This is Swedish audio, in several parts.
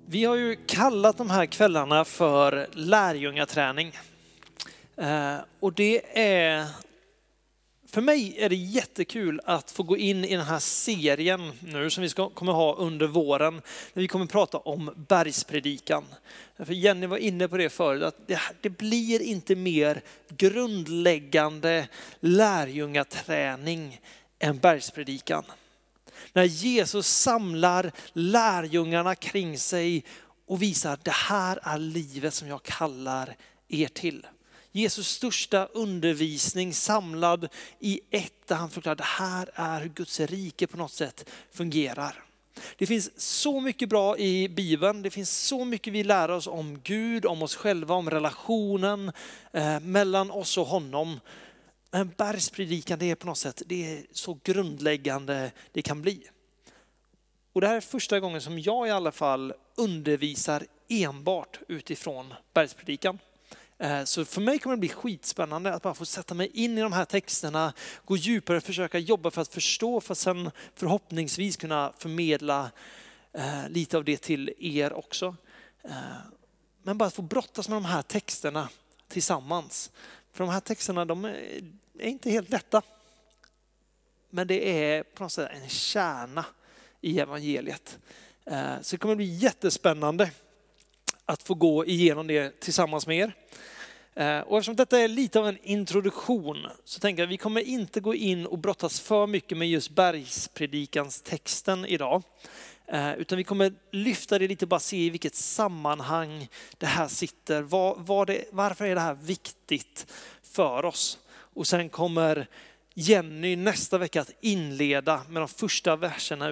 Vi har ju kallat de här kvällarna för lärjungaträning. Och det är, för mig är det jättekul att få gå in i den här serien nu som vi kommer ha under våren. När vi kommer prata om bergspredikan. För Jenny var inne på det förut, att det blir inte mer grundläggande lärjungaträning än bergspredikan. När Jesus samlar lärjungarna kring sig och visar det här är livet som jag kallar er till. Jesus största undervisning samlad i ett där han förklarar det här är hur Guds rike på något sätt fungerar. Det finns så mycket bra i Bibeln, det finns så mycket vi lär oss om Gud, om oss själva, om relationen mellan oss och honom. Men bergspredikan, det är på något sätt, det är så grundläggande det kan bli. Och det här är första gången som jag i alla fall undervisar enbart utifrån bergspredikan. Så för mig kommer det bli skitspännande att bara få sätta mig in i de här texterna, gå djupare, försöka jobba för att förstå, för att sen förhoppningsvis kunna förmedla lite av det till er också. Men bara att få brottas med de här texterna tillsammans. För de här texterna, de är inte helt lätta. Men det är på något sätt en kärna i evangeliet. Så det kommer bli jättespännande att få gå igenom det tillsammans med er. Och eftersom detta är lite av en introduktion så tänker jag att vi kommer inte gå in och brottas för mycket med just bergspredikans texten idag. Utan vi kommer lyfta det lite, bara se i vilket sammanhang det här sitter. Varför är det här viktigt för oss? Och sen kommer Jenny nästa vecka att inleda med de första verserna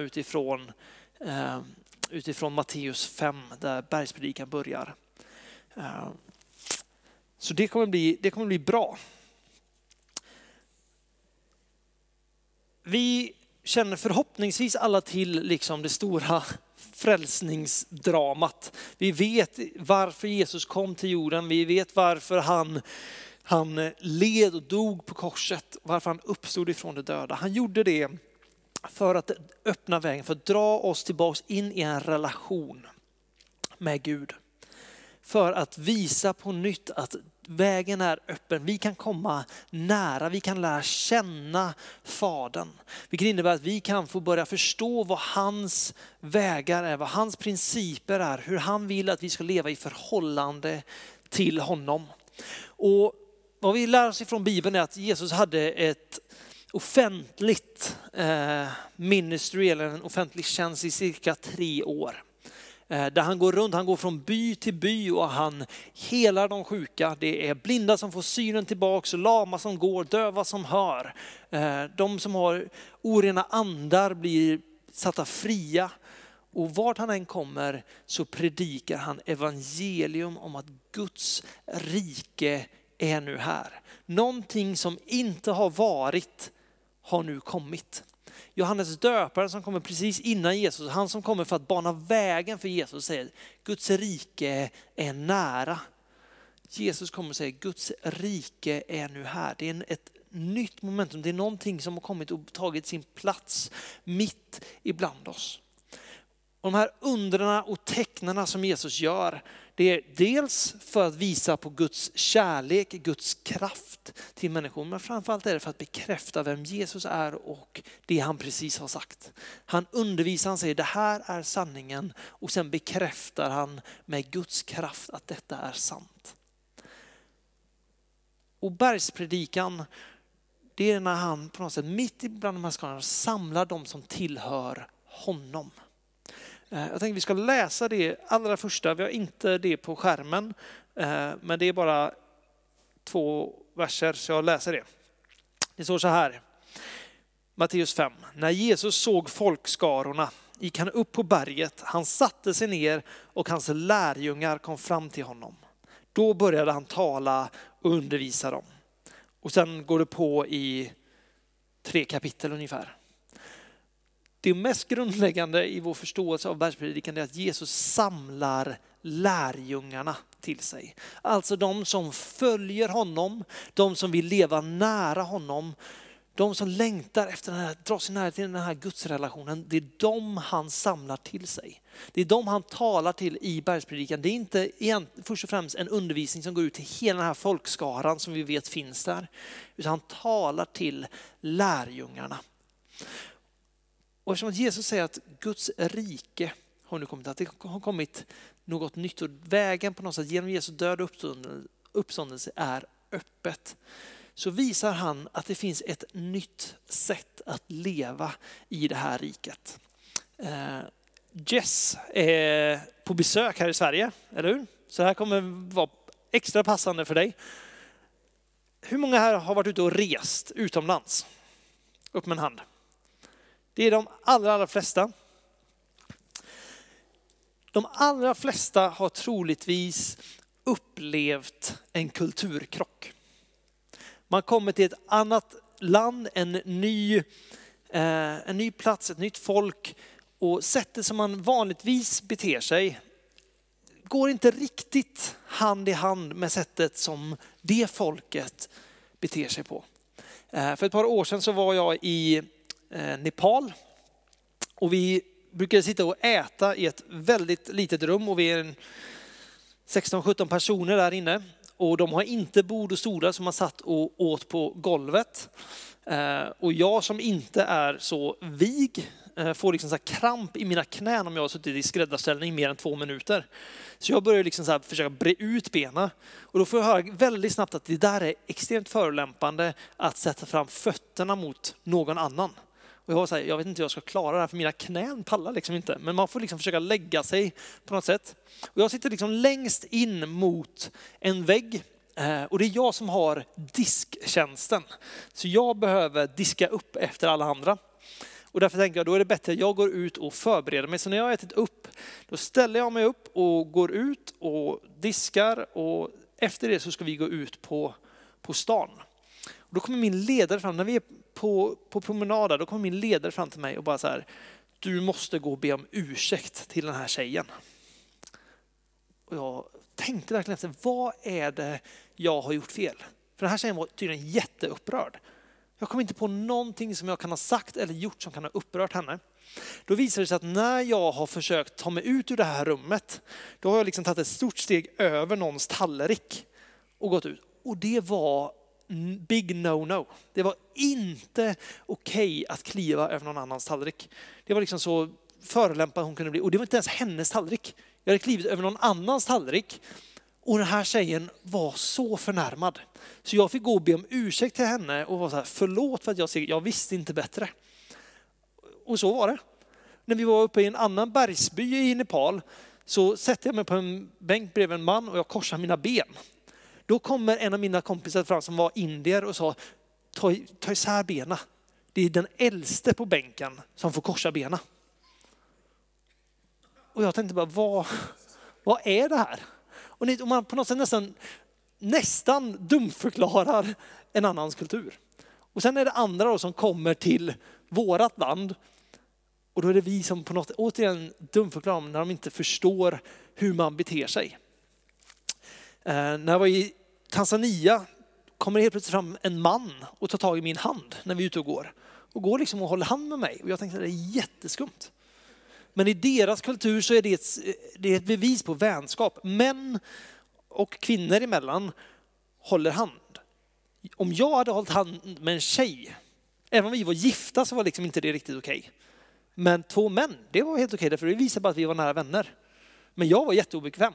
utifrån Matteus 5 där bergspredikan börjar. Så det kommer bli bra. Vi känner förhoppningsvis alla till liksom det stora frälsningsdramat. Vi vet varför Jesus kom till jorden. Vi vet varför han led och dog på korset. Varför han uppstod ifrån de döda. Han gjorde det för att öppna vägen, för att dra oss tillbaka in i en relation med Gud. För att visa på nytt att vägen är öppen. Vi kan komma nära, vi kan lära känna Fadern. Vilket innebär att vi kan få börja förstå vad hans vägar är, vad hans principer är. Hur han vill att vi ska leva i förhållande till honom. Och vad vi lär oss ifrån Bibeln är att Jesus hade ett offentligt ministry eller en offentlig tjänst i cirka 3 år. Där han går runt, han går från by till by och han helar de sjuka. Det är blinda som får synen tillbaks, lama som går, döva som hör. De som har orena andar blir satta fria. Och vart han än kommer så predikar han evangelium om att Guds rike är nu här. Någonting som inte har varit har nu kommit. Johannes döparen som kommer precis innan Jesus, han som kommer för att bana vägen för Jesus, säger Guds rike är nära. Jesus kommer och säger Guds rike är nu här. Det är ett nytt momentum, det är någonting som har kommit och tagit sin plats mitt ibland oss. Och de här undrena och tecknarna som Jesus gör, det är dels för att visa på Guds kärlek, Guds kraft till människor. Men framförallt är det för att bekräfta vem Jesus är och det han precis har sagt. Han undervisar, han säger det här är sanningen och sen bekräftar han med Guds kraft att detta är sant. Och bergspredikan, det är när han på något sätt mitt ibland de här skarorna samlar de som tillhör honom. Jag tänkte vi ska läsa det allra första. Vi har inte det på skärmen, men det är bara 2 verser så jag läser det. Det står så här. Matteus 5. När Jesus såg folkskarorna gick han upp på berget. Han satte sig ner och hans lärjungar kom fram till honom. Då började han tala och undervisa dem. Och sen går det på i 3 kapitel ungefär. Det mest grundläggande i vår förståelse av bergspredikan är att Jesus samlar lärjungarna till sig. Alltså de som följer honom, de som vill leva nära honom, De som längtar efter den här, drar sig nära till den här gudsrelationen, det är de han samlar till sig. Det är de han talar till i bergspredikan. Det är inte först och främst en undervisning som går ut till hela den här folkskaran som vi vet finns där. Utan han talar till lärjungarna. Och eftersom Jesus säger att Guds rike har nu kommit, att det har kommit något nytt och vägen på något sätt genom Jesu död och uppståndelse är öppet. Så visar han att det finns ett nytt sätt att leva i det här riket. Jess är på besök här i Sverige, eller hur? Så det här kommer vara extra passande för dig. Hur många här har varit ute och rest utomlands? Upp med en hand. Det är de allra flesta. De allra flesta har troligtvis upplevt en kulturkrock. Man kommer till ett annat land, en ny plats, ett nytt folk, och sättet som man vanligtvis beter sig går inte riktigt hand i hand med sättet som det folket beter sig på. För ett par år sedan så var jag i Nepal och vi brukade sitta och äta i ett väldigt litet rum och vi är 16-17 personer där inne. Och de har inte bord och stolar som man satt och åt på golvet. Och jag som inte är så vig får liksom så här kramp i mina knän om jag har suttit i skräddarställning mer än 2 minuter. Så jag börjar liksom så här försöka bre ut benen. Och då får jag höra väldigt snabbt att det där är extremt förolämpande att sätta fram fötterna mot någon annan. Och jag var så här, jag vet inte hur jag ska klara det här för mina knän pallar liksom inte. Men man får liksom försöka lägga sig på något sätt. Och jag sitter liksom längst in mot en vägg. Och det är jag som har disktjänsten. Så jag behöver diska upp efter alla andra. Och därför tänker jag, då är det bättre att jag går ut och förbereder mig. Så när jag har ätit upp, då ställer jag mig upp och går ut och diskar. Och efter det så ska vi gå ut på stan. Och då kommer min ledare fram, när vi är på promenader, då kommer min ledare fram till mig och bara så här: du måste gå och be om ursäkt till den här tjejen. Och jag tänkte verkligen efter, vad är det jag har gjort fel? För den här tjejen var tydligen jätteupprörd. Jag kom inte på någonting som jag kan ha sagt eller gjort som kan ha upprört henne. Då visar det sig att när jag har försökt ta mig ut ur det här rummet, då har jag liksom tagit ett stort steg över någons tallrik och gått ut. Och det var big no-no. Det var inte okej att kliva över någon annans tallrik. Det var liksom så förolämpad hon kunde bli. Och det var inte ens hennes tallrik. Jag hade klivit över någon annans tallrik. Och den här tjejen var så förnärmad. Så jag fick gå och be om ursäkt till henne och var så här: förlåt för att jag visste inte bättre. Och så var det. När vi var uppe i en annan bergsby i Nepal så sätter jag mig på en bänk bredvid en man och jag korsar mina ben. Då kommer en av mina kompisar fram som var indier och sa: ta isär benen. Det är den äldste på bänken som får korsa benen. Och jag tänkte bara, vad är det här? Och man på något sätt nästan dumförklarar en annans kultur. Och sen är det andra då som kommer till vårat land. Och då är det vi som på något återigen dumförklarar när de inte förstår hur man beter sig. När jag var i Tanzania kommer det helt plötsligt fram en man och tar tag i min hand när vi är ute och går. Och går liksom och håller hand med mig. Och jag tänkte att det är jätteskumt. Men i deras kultur så är det ett bevis på vänskap. Män och kvinnor emellan håller hand. Om jag hade hållit hand med en tjej, även om vi var gifta, så var liksom inte det riktigt okej. Men 2 män, det var helt okej, därför det visar bara att vi var nära vänner. Men jag var jätteobekväm.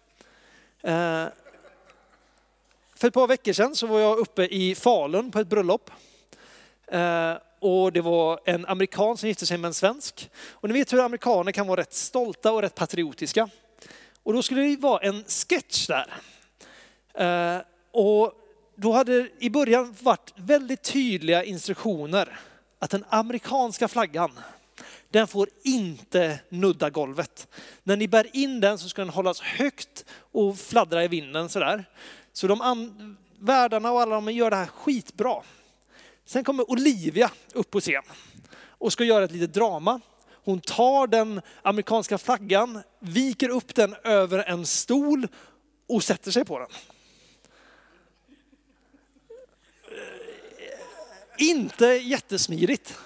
För ett par veckor sedan så var jag uppe i Falun på ett bröllop. Och det var en amerikan som gifte sig med en svensk. Och ni vet hur amerikaner kan vara rätt stolta och rätt patriotiska. Och då skulle det vara en sketch där. Och då hade i början varit väldigt tydliga instruktioner att den amerikanska flaggan, den får inte nudda golvet. När ni bär in den så ska den hållas högt och fladdra i vinden sådär. Så värdarna och alla de gör det här skitbra. Sen kommer Olivia upp på scen och ska göra ett litet drama. Hon tar den amerikanska flaggan, viker upp den över en stol och sätter sig på den. Inte jättesmidigt.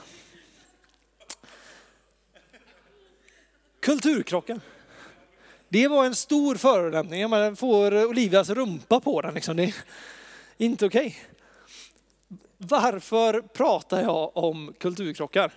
Kulturkrocken. Det var en stor förolämpning. Man får Olivias rumpa på den. Liksom. Det är inte okej. Varför pratar jag om kulturkrockar?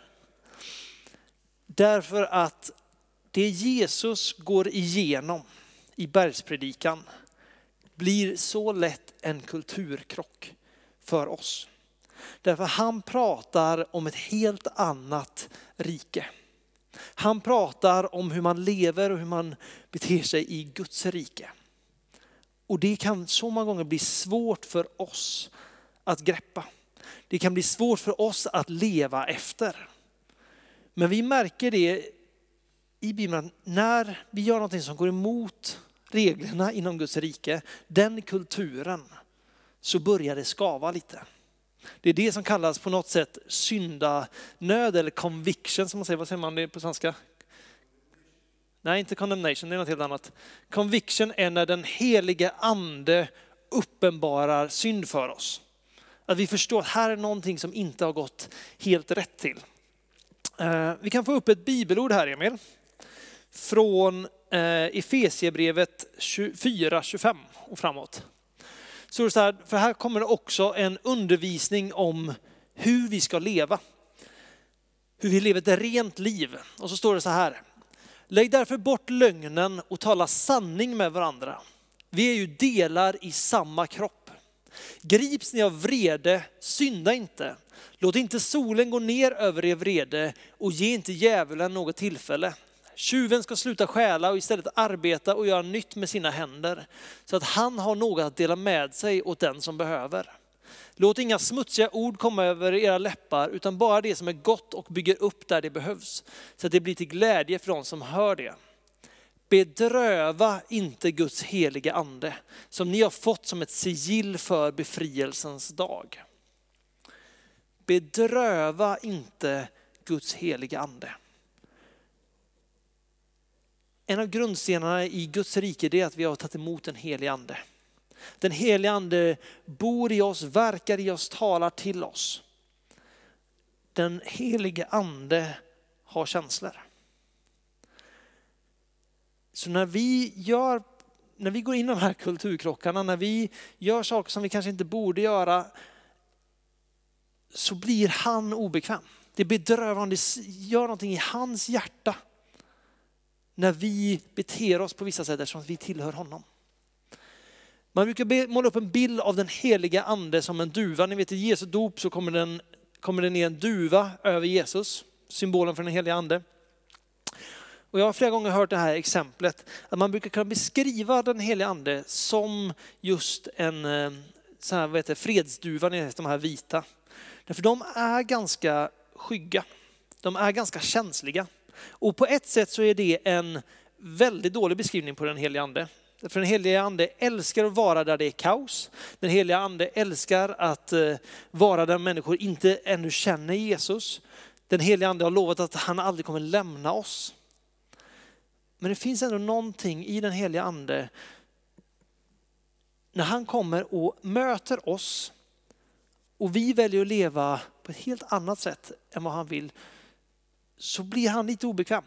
Därför att det Jesus går igenom i bergspredikan blir så lätt en kulturkrock för oss. Därför han pratar om ett helt annat rike. Han pratar om hur man lever och hur man beter sig i Guds rike. Och det kan så många gånger bli svårt för oss att greppa. Det kan bli svårt för oss att leva efter. Men vi märker det i Bibeln när vi gör något som går emot reglerna inom Guds rike, den kulturen, så börjar det skava lite. Det är det som kallas på något sätt syndanöd eller conviction som man säger. Vad säger man det på svenska? Nej, inte condemnation, det är något helt annat. Conviction är när den helige ande uppenbarar synd för oss. Att vi förstår att här är någonting som inte har gått helt rätt till. Vi kan få upp ett bibelord här, Emil. Från Efesiebrevet 4:25 och framåt. Så här, för här kommer det också en undervisning om hur vi ska leva. Hur vi lever ett rent liv. Och så står det så här. Lägg därför bort lögnen och tala sanning med varandra. Vi är ju delar i samma kropp. Grips ni av vrede, synda inte. Låt inte solen gå ner över er vrede och ge inte djävulen något tillfälle. Tjuven ska sluta stjäla och istället arbeta och göra nytt med sina händer så att han har något att dela med sig åt den som behöver. Låt inga smutsiga ord komma över era läppar utan bara det som är gott och bygger upp där det behövs så att det blir till glädje för de som hör det. Bedröva inte Guds heliga ande som ni har fått som ett sigill för befrielsens dag. Bedröva inte Guds heliga ande. En av grundstenarna i Guds rike är att vi har tagit emot den heliga ande. Den heliga ande bor i oss, verkar i oss, talar till oss. Den heliga ande har känslor. Så när vi går in i de här kulturkrockarna, när vi gör saker som vi kanske inte borde göra, så blir han obekväm. Det bedrövande, det gör någonting i hans hjärta. När vi beter oss på vissa sätt eftersom vi tillhör honom. Man brukar måla upp en bild av den heliga ande som en duva. Ni vet i Jesu dop så kommer det ner en duva över Jesus. Symbolen för den heliga ande. Och jag har flera gånger hört det här exemplet. Att man brukar kunna beskriva den heliga ande som just en så här, fredsduva, ni vet de här vita. Därför de är ganska skygga. De är ganska känsliga. Och på ett sätt så är det en väldigt dålig beskrivning på den heliga ande. För den heliga ande älskar att vara där det är kaos. Den heliga ande älskar att vara där människor inte ännu känner Jesus. Den heliga ande har lovat att han aldrig kommer lämna oss. Men det finns ändå någonting i den heliga ande. När han kommer och möter oss och vi väljer att leva på ett helt annat sätt än vad han vill, så blir han lite obekväm.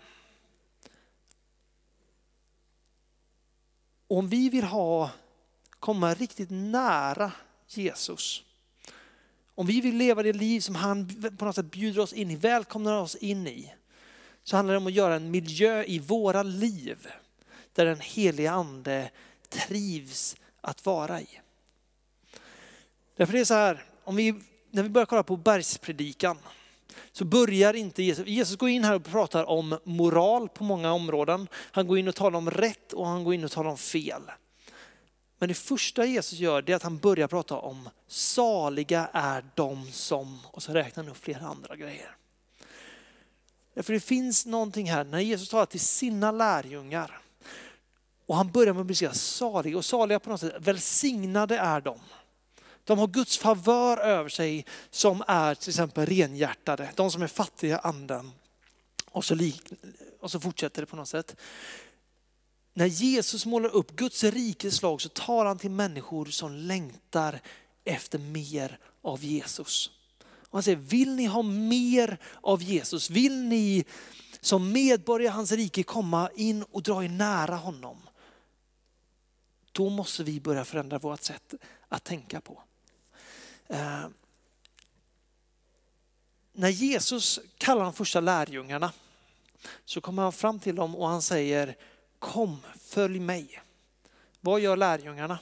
Och om vi vill komma riktigt nära Jesus, om vi vill leva det liv som han på något sätt bjuder oss in i, välkomnar oss in i, så handlar det om att göra en miljö i våra liv där den heliga ande trivs att vara i. Därför det är så här, när vi börjar kolla på bergspredikan, så börjar inte Jesus går in här och pratar om moral på många områden. Han går in och talar om rätt och han går in och talar om fel. Men det första Jesus gör är att han börjar prata om saliga är de som, och så räknar han upp flera andra grejer. Därför det finns någonting här när Jesus talar till sina lärjungar och han börjar med att beskriva saliga, och saliga på något sätt, välsignade är de. De har Guds favör över sig som är till exempel renhjärtade. De som är fattiga i anden. Och så fortsätter det på något sätt. När Jesus målar upp Guds rikes lag så tar han till människor som längtar efter mer av Jesus. Och han säger, vill ni ha mer av Jesus? Vill ni som medborgare i hans rike komma in och dra er nära honom? Då måste vi börja förändra vårt sätt att tänka på. När Jesus kallar de första lärjungarna så kommer han fram till dem och han säger, kom, följ mig. Vad gör lärjungarna?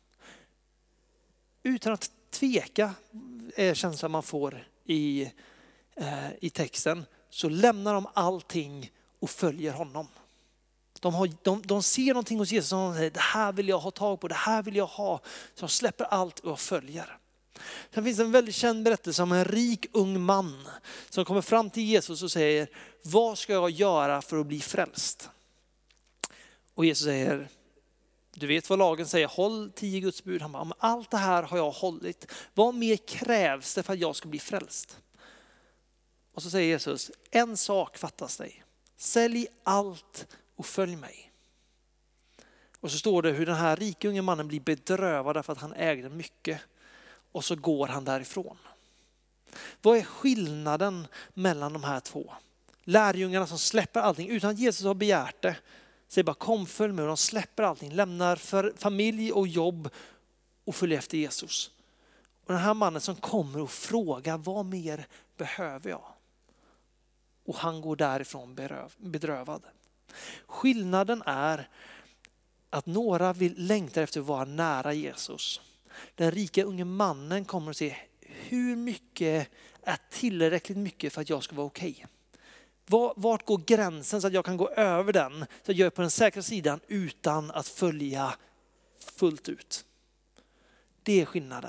Utan att tveka, är känslan man får i texten, så lämnar de allting och följer honom. De ser någonting hos Jesus och säger, det här vill jag ha tag på, det här vill jag ha. Så de släpper allt och följer. Sen finns en väldigt känd berättelse om en rik ung man som kommer fram till Jesus och säger, vad ska jag göra för att bli frälst? Och Jesus säger, du vet vad lagen säger, håll 10 Guds bud. Han bara, om allt det här har jag hållit, vad mer krävs det för att jag ska bli frälst? Och så säger Jesus, en sak fattas dig, sälj allt och följ mig. Och så står det hur den här rika unge mannen blir bedrövad därför att han ägde mycket. Och så går han därifrån. Vad är skillnaden mellan de här två? Lärjungarna som släpper allting utan att Jesus har begärt det. Säger bara, kom följ med, och de släpper allting. Lämnar för familj och jobb och följer efter Jesus. Och den här mannen som kommer och frågar, vad mer behöver jag? Och han går därifrån bedrövad. Skillnaden är att några vill längta efter att vara nära Jesus. Den rika unge mannen kommer att se, hur mycket är tillräckligt mycket för att jag ska vara okej? Vart går gränsen så att jag kan gå över den, så att jag är på den säkra sidan utan att följa fullt ut? Det är skillnaden.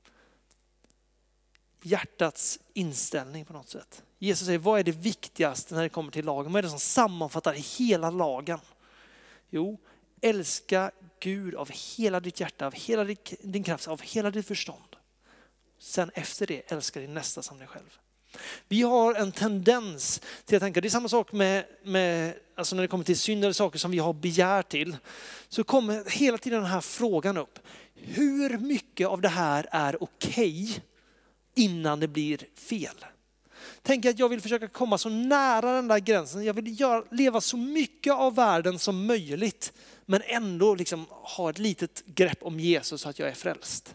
Hjärtats inställning på något sätt. Jesus säger, vad är det viktigaste när det kommer till lagen? Vad är det som sammanfattar hela lagen? Jo, älska Gud av hela ditt hjärta, av hela din kraft, av hela ditt förstånd. Sen efter det, älska din nästa som dig själv. Vi har en tendens till att tänka, det är samma sak med alltså när det kommer till synd eller saker som vi har begär till. Så kommer hela tiden den här frågan upp. Hur mycket av det här är okej innan det blir fel? Tänk att jag vill försöka komma så nära den där gränsen. Jag vill leva så mycket av världen som möjligt. Men ändå liksom ha ett litet grepp om Jesus så att jag är frälst.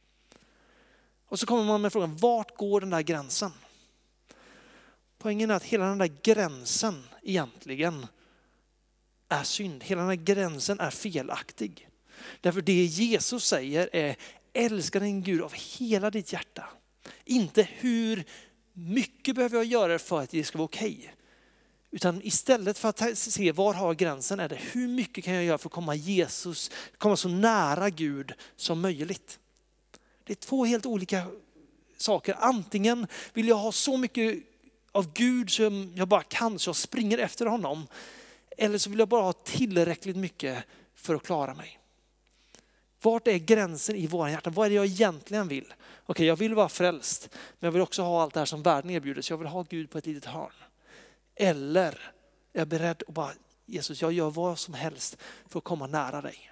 Och så kommer man med frågan, vart går den där gränsen? Poängen är att hela den där gränsen egentligen är synd. Hela den där gränsen är felaktig. Därför det Jesus säger är, älska din Gud av hela ditt hjärta. Inte hur mycket behöver jag göra för att det ska vara okej. Utan istället för att se var har gränsen, är det hur mycket kan jag göra för att komma så nära Gud som möjligt. Det är två helt olika saker. Antingen vill jag ha så mycket av Gud som jag bara kan, så jag springer efter honom. Eller så vill jag bara ha tillräckligt mycket för att klara mig. Vart är gränsen i våra hjärtan? Vad är det jag egentligen vill? Okej, jag vill vara frälst, men jag vill också ha allt det här som världen erbjuder. Så jag vill ha Gud på ett litet hörn. Eller är jag beredd att bara, Jesus, jag gör vad som helst för att komma nära dig.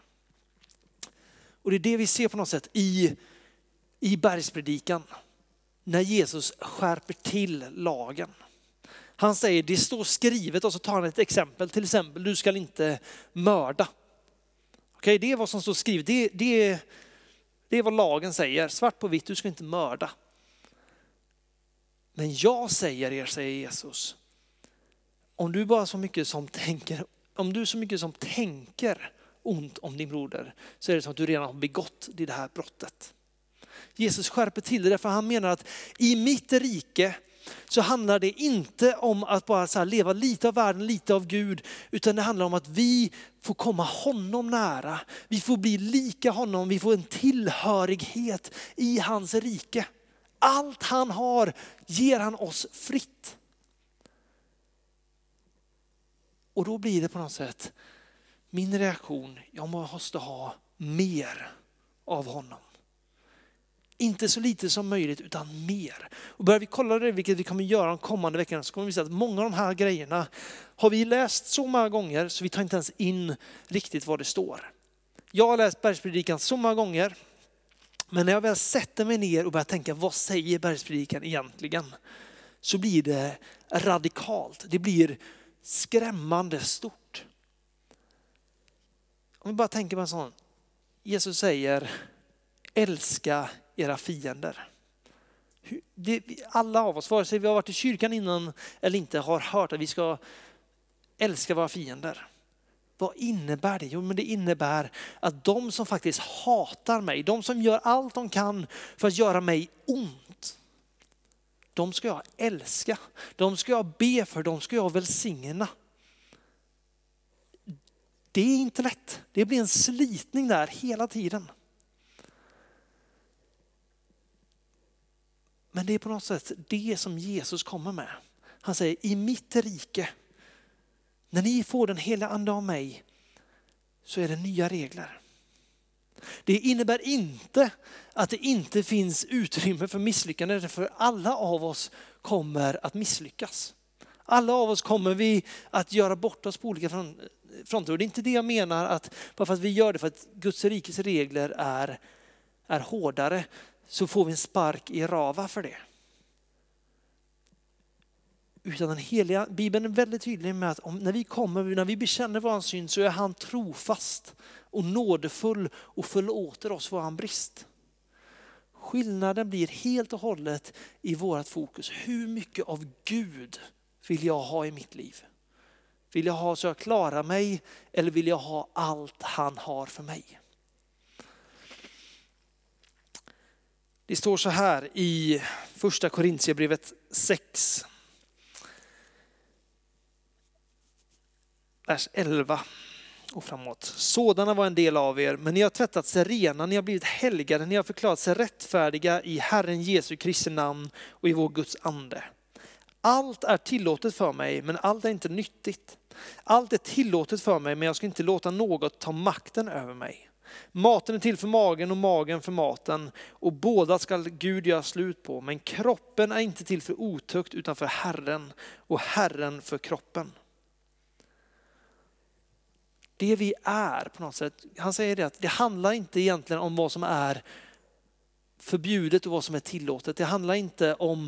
Och det är det vi ser på något sätt i bergspredikan. När Jesus skärper till lagen. Han säger, det står skrivet, och så tar han ett exempel. Till exempel, du ska inte mörda. Okej, det är vad som står skrivet. Det är vad lagen säger. Svart på vitt, du ska inte mörda. Men jag säger er, säger Jesus. Om du bara så mycket som tänker ont om din broder, så är det som att du redan har begått det här brottet. Jesus skärper till det därför han menar att i mitt rike så handlar det inte om att bara så här leva lite av världen, lite av Gud, utan det handlar om att vi får komma honom nära. Vi får bli lika honom, vi får en tillhörighet i hans rike. Allt han har ger han oss fritt. Och då blir det på något sätt min reaktion, jag måste ha mer av honom. Inte så lite som möjligt utan mer. Och börjar vi kolla det, vilket vi kommer göra de kommande veckorna, så kommer vi se att många av de här grejerna har vi läst så många gånger så vi tar inte ens in riktigt vad det står. Jag har läst bergspredikan så många gånger, Men när jag väl sätter mig ner och börjar tänka, vad säger bergspredikan egentligen? Så blir det radikalt. Det blir skrämmande stort. Om vi bara tänker på en sån. Jesus säger, älska era fiender. Alla av oss, vare sig vi har varit i kyrkan innan eller inte, har hört att vi ska älska våra fiender. Vad innebär det? Jo, men det innebär att de som faktiskt hatar mig, de som gör allt de kan för att göra mig ont, de ska jag älska. De ska jag be för, de ska jag välsigna. Det är inte lätt. Det blir en slitning där hela tiden. Men det är på något sätt det som Jesus kommer med. Han säger, i mitt rike, när ni får den heliga ande av mig, så är det nya regler. Det innebär inte att det inte finns utrymme för misslyckande, för alla av oss kommer att misslyckas. Alla av oss kommer vi att göra bort oss på olika fronter. Och det är inte det jag menar, att bara för att vi gör det för att Guds rikes regler är hårdare, så får vi en spark i rava för det. Utan den heliga, Bibeln är väldigt tydlig med att när vi bekänner vår synd, så är han trofast och nådefull och förlåter oss vår brist. Skillnaden blir helt och hållet i vårt fokus. Hur mycket av Gud vill jag ha i mitt liv? Vill jag ha så jag klarar mig, eller vill jag ha allt han har för mig? Det står så här i första Korintierbrevet 6. Vers 11 och framåt. Sådana var en del av er, men ni har tvättat sig rena, ni har blivit helgade, ni har förklarat sig rättfärdiga i Herren Jesu Kristi namn och i vår Guds ande. Allt är tillåtet för mig, men allt är inte nyttigt. Allt är tillåtet för mig, men jag ska inte låta något ta makten över mig. Maten är till för magen och magen för maten, och båda ska Gud göra slut på. Men kroppen är inte till för otukt utan för Herren, och Herren för kroppen. Det vi är på något sätt, han säger det, att det handlar inte egentligen om vad som är förbjudet och vad som är tillåtet. Det handlar inte om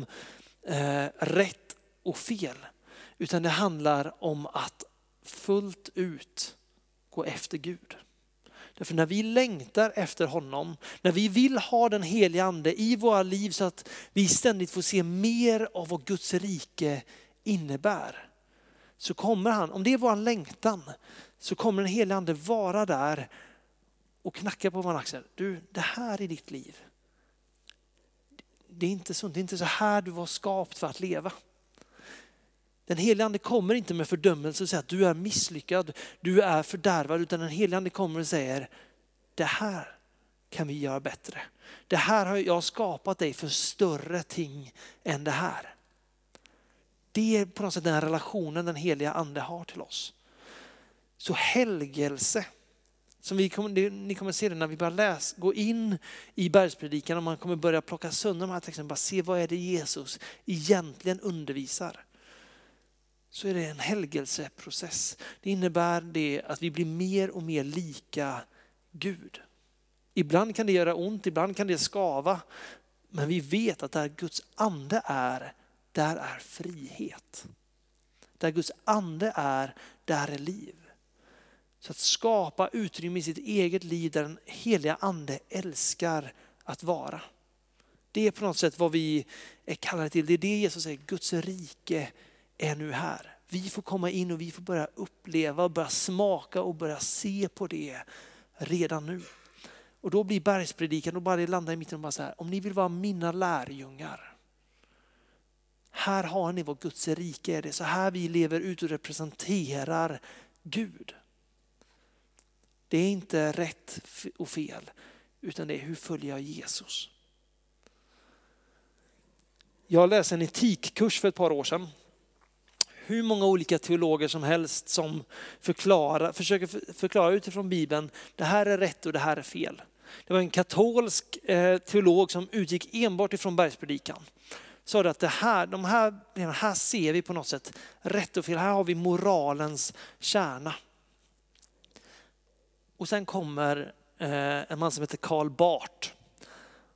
rätt och fel, utan det handlar om att fullt ut gå efter Gud. Därför när vi längtar efter honom, när vi vill ha den heliga ande i våra liv, så att vi ständigt får se mer av vad Guds rike innebär, så kommer han, om det är vår längtan, så kommer den heliga ande vara där och knacka på vår axel. Du, det här är ditt liv. Det är inte sunt, det är inte så här du var skapt för att leva. Den heliga ande kommer inte med fördömelse och säger att du är misslyckad, du är fördärvad, utan den heliga ande kommer och säger, det här kan vi göra bättre. Det här har jag skapat dig för större ting än det här. Det är på något sätt den relationen den heliga ande har till oss. Så helgelse, som ni kommer se det när vi börjar gå in i bergspredikan, och man kommer börja plocka sönder de här texterna, bara se vad är det Jesus egentligen undervisar. Så är det en helgelseprocess. Det innebär det att vi blir mer och mer lika Gud. Ibland kan det göra ont, ibland kan det skava, men vi vet att där Guds ande är, där är frihet. Där Guds ande är, där är liv. Så att skapa utrymme i sitt eget liv där den heliga ande älskar att vara. Det är på något sätt vad vi är kallade till. Det är det Jesus säger, Guds rike är nu här. Vi får komma in och vi får börja uppleva, börja smaka och börja se på det redan nu. Och då blir bergspredikan, och bara det landar i mitten och bara så här, om ni vill vara mina lärjungar, här har ni vad Guds rike är. Det är så här vi lever ut och representerar Gud. Det är inte rätt och fel, utan det är hur följer jag Jesus. Jag läste en etikkurs för ett par år sedan. Hur många olika teologer som helst som försöker förklara utifrån Bibeln, det här är rätt och det här är fel. Det var en katolsk teolog som utgick enbart ifrån bergspredikan. Sa att här ser vi på något sätt rätt och fel, här har vi moralens kärna. Och sen kommer en man som heter Karl Barth.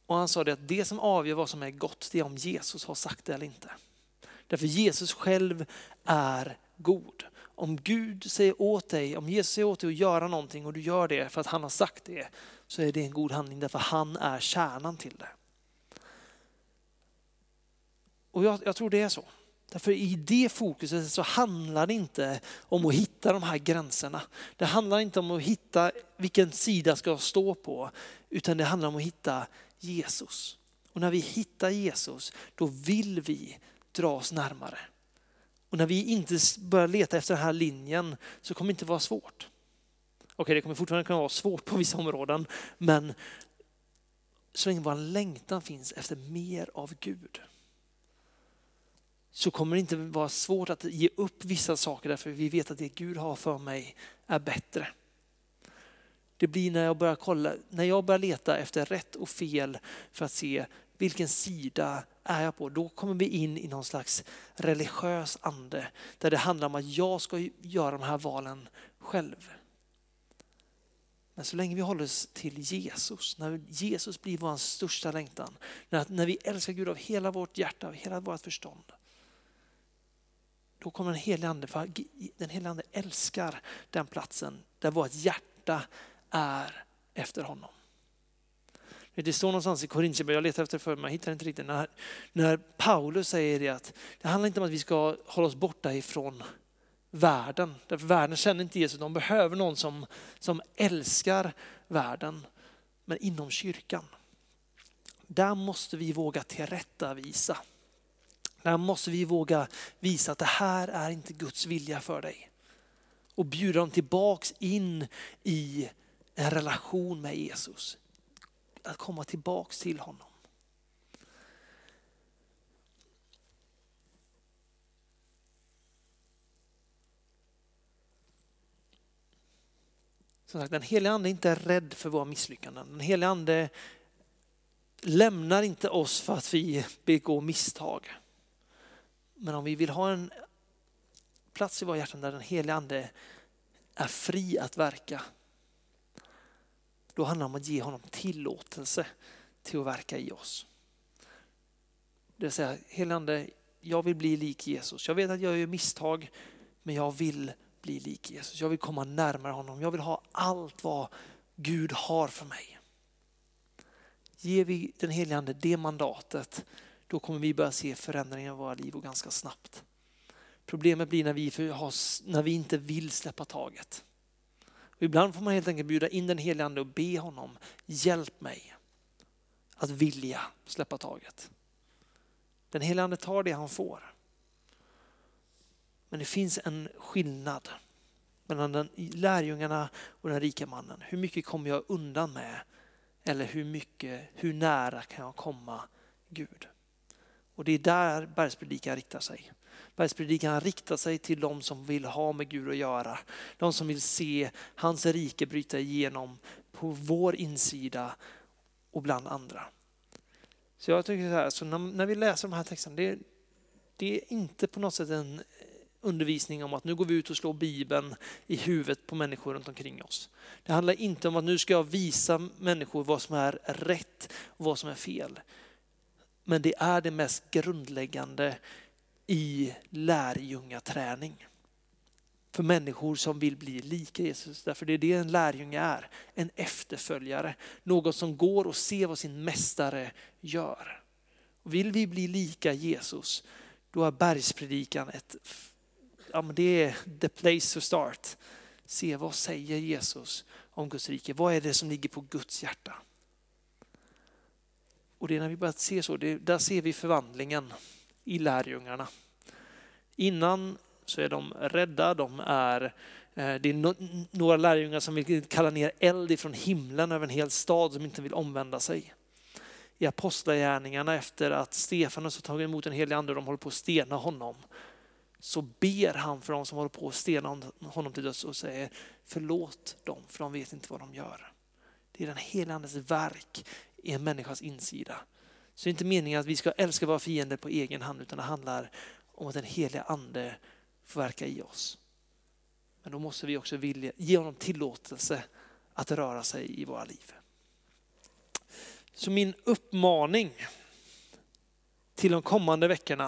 Och han sa det att det som avgör vad som är gott, det är om Jesus har sagt det eller inte. Därför Jesus själv är god. Om Gud säger åt dig, om Jesus säger åt dig att göra någonting och du gör det för att han har sagt det, så är det en god handling därför han är kärnan till det. Och jag tror det är så. Därför i det fokuset så handlar det inte om att hitta de här gränserna. Det handlar inte om att hitta vilken sida ska jag stå på, utan det handlar om att hitta Jesus. Och när vi hittar Jesus, då vill vi dra oss närmare. Och när vi inte börjar leta efter den här linjen så kommer det inte vara svårt. Okej, det kommer fortfarande kunna vara svårt på vissa områden, men så länge vår längtan finns efter mer av Gud, så kommer det inte vara svårt att ge upp vissa saker därför vi vet att det Gud har för mig är bättre. Det blir när jag börjar leta efter rätt och fel för att se vilken sida är jag på. Då kommer vi in i någon slags religiös ande där det handlar om att jag ska göra de här valen själv. Men så länge vi håller oss till Jesus, när Jesus blir vår största längtan, när vi älskar Gud av hela vårt hjärta, av hela vårt förstånd, då kommer den helige ande, för den helige ande älskar den platsen där vårt hjärta är efter honom. Det står någonstans i Korintierbrevet, jag letar efter det för mig, jag hittar inte riktigt, när Paulus säger det att det handlar inte om att vi ska hålla oss borta ifrån världen. Därför världen känner inte Jesus, de behöver någon som älskar världen. Men inom kyrkan, där måste vi våga tillrättavisa. Där måste vi våga visa att det här är inte Guds vilja för dig. Och bjuda dem tillbaks in i en relation med Jesus. Att komma tillbaks till honom. Som sagt, den heliga ande är inte rädd för våra misslyckanden. Den heliga ande lämnar inte oss för att vi begår misstag. Men om vi vill ha en plats i våra hjärtan där den heliga ande är fri att verka, då handlar det om att ge honom tillåtelse till att verka i oss. Det vill säga, heliga ande, jag vill bli lik Jesus. Jag vet att jag gör misstag, men jag vill bli lik Jesus. Jag vill komma närmare honom. Jag vill ha allt vad Gud har för mig. Ger vi den heliga ande det mandatet, då kommer vi börja se förändringar i våra liv och ganska snabbt. Problemet blir när vi inte vill släppa taget. Och ibland får man helt enkelt bjuda in den heliga ande och be honom, hjälp mig att vilja släppa taget. Den heliga ande tar det han får. Men det finns en skillnad mellan lärjungarna och den rika mannen. Hur mycket kommer jag undan med? Eller hur nära kan jag komma Gud? Och det är där bergspredikan riktar sig. Bergspredikan riktar sig till de som vill ha med Gud att göra. De som vill se hans rike bryta igenom på vår insida och bland andra. Så jag tycker så här, så när vi läser de här texterna, det är inte på något sätt en undervisning om att nu går vi ut och slår Bibeln i huvudet på människor runt omkring oss. Det handlar inte om att nu ska jag visa människor vad som är rätt och vad som är fel. Men det är det mest grundläggande i lärjungaträning. För människor som vill bli lika Jesus. Därför det är det en lärjunge är. En efterföljare. Något som går och ser vad sin mästare gör. Och vill vi bli lika Jesus, då är bergspredikan det är the place to start. Se vad säger Jesus om Guds rike. Vad är det som ligger på Guds hjärta? Och det är när vi börjar se så, där ser vi förvandlingen i lärjungarna. Innan så är de rädda, det är några lärjungar som vill kalla ner eld ifrån himlen över en hel stad som inte vill omvända sig. I apostlagärningarna efter att Stefanus har tagit emot den helige ande och de håller på att stena honom, så ber han för de som håller på att stena honom till döds och säger förlåt dem för de vet inte vad de gör. Det är den helige andes verk i en människas insida. Så det är inte meningen att vi ska älska våra fiender på egen hand, utan det handlar om att den heliga ande får verka i oss. Men då måste vi också vilja ge honom tillåtelse att röra sig i våra liv. Så min uppmaning till de kommande veckorna,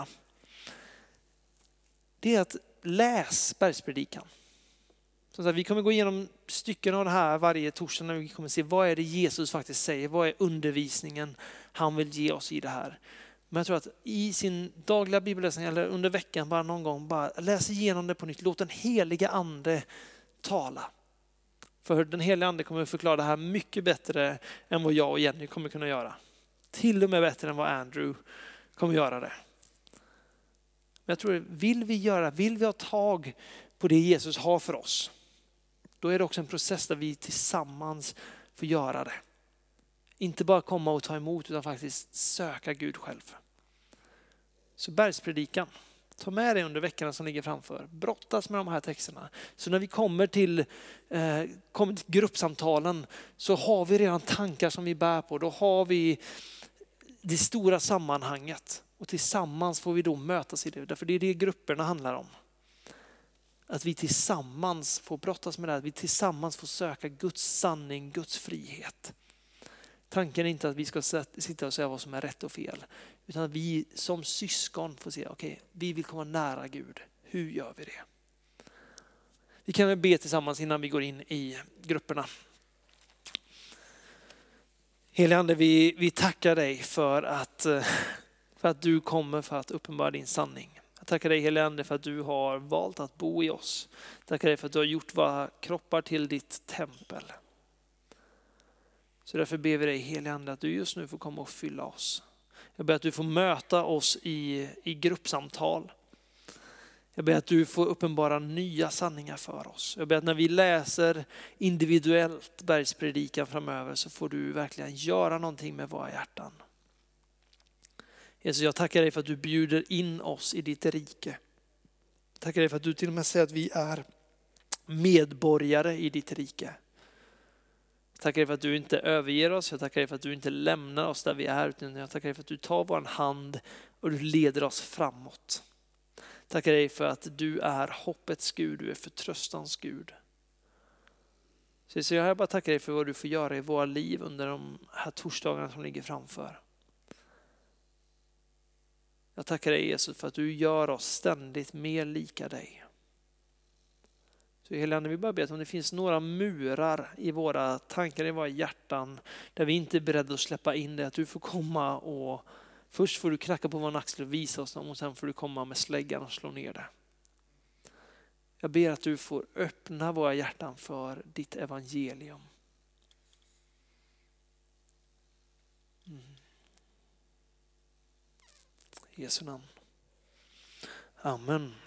det är att läs Bergspredikan. Så att vi kommer gå igenom stycken av det här varje torsdag när vi kommer se vad är det Jesus faktiskt säger. Vad är undervisningen han vill ge oss i det här. Men jag tror att i sin dagliga bibelläsning eller under veckan bara någon gång bara läs igenom det på nytt. Låt den heliga ande tala. För den heliga ande kommer att förklara det här mycket bättre än vad jag och Jenny kommer kunna göra. Till och med bättre än vad Andrew kommer göra det. Men jag tror, vill vi ha tag på det Jesus har för oss, då är det också en process där vi tillsammans får göra det. Inte bara komma och ta emot utan faktiskt söka Gud själv. Så Bergspredikan, ta med dig under veckorna som ligger framför. Brottas med de här texterna. Så när vi kommer till gruppsamtalen så har vi redan tankar som vi bär på. Då har vi det stora sammanhanget. Och tillsammans får vi då mötas i det. Därför det är det grupperna handlar om. Att vi tillsammans får brottas med det här. Att vi tillsammans får söka Guds sanning, Guds frihet. Tanken är inte att vi ska sitta och säga vad som är rätt och fel. Utan att vi som syskon får se, okej, vi vill komma nära Gud. Hur gör vi det? Vi kan väl be tillsammans innan vi går in i grupperna. Helige Ande, vi tackar dig för att du kommer för att uppenbara din sanning. Jag tackar dig helige Ande för att du har valt att bo i oss. Jag tackar dig för att du har gjort våra kroppar till ditt tempel. Så därför ber vi dig helige Ande att du just nu får komma och fylla oss. Jag ber att du får möta oss i gruppsamtal. Jag ber att du får uppenbara nya sanningar för oss. Jag ber att när vi läser individuellt Bergspredikan framöver så får du verkligen göra någonting med våra hjärtan. Jesus, jag tackar dig för att du bjuder in oss i ditt rike. Jag tackar dig för att du till och med säger att vi är medborgare i ditt rike. Jag tackar dig för att du inte överger oss. Jag tackar dig för att du inte lämnar oss där vi är. Utan jag tackar dig för att du tar vår hand och du leder oss framåt. Jag tackar dig för att du är hoppets Gud. Du är förtröstans Gud. Så jag bara tackar dig för vad du får göra i våra liv under de här torsdagarna som ligger framför. Jag tackar dig Jesus för att du gör oss ständigt mer lika dig. Så helige Ande, vi bara ber att om det finns några murar i våra tankar, i våra hjärtan, där vi inte är beredda att släppa in det, att du får komma och först får du knacka på vår axel och visa oss dem och sen får du komma med släggan och slå ner det. Jag ber att du får öppna våra hjärtan för ditt evangelium. I Jesu namn. Amen.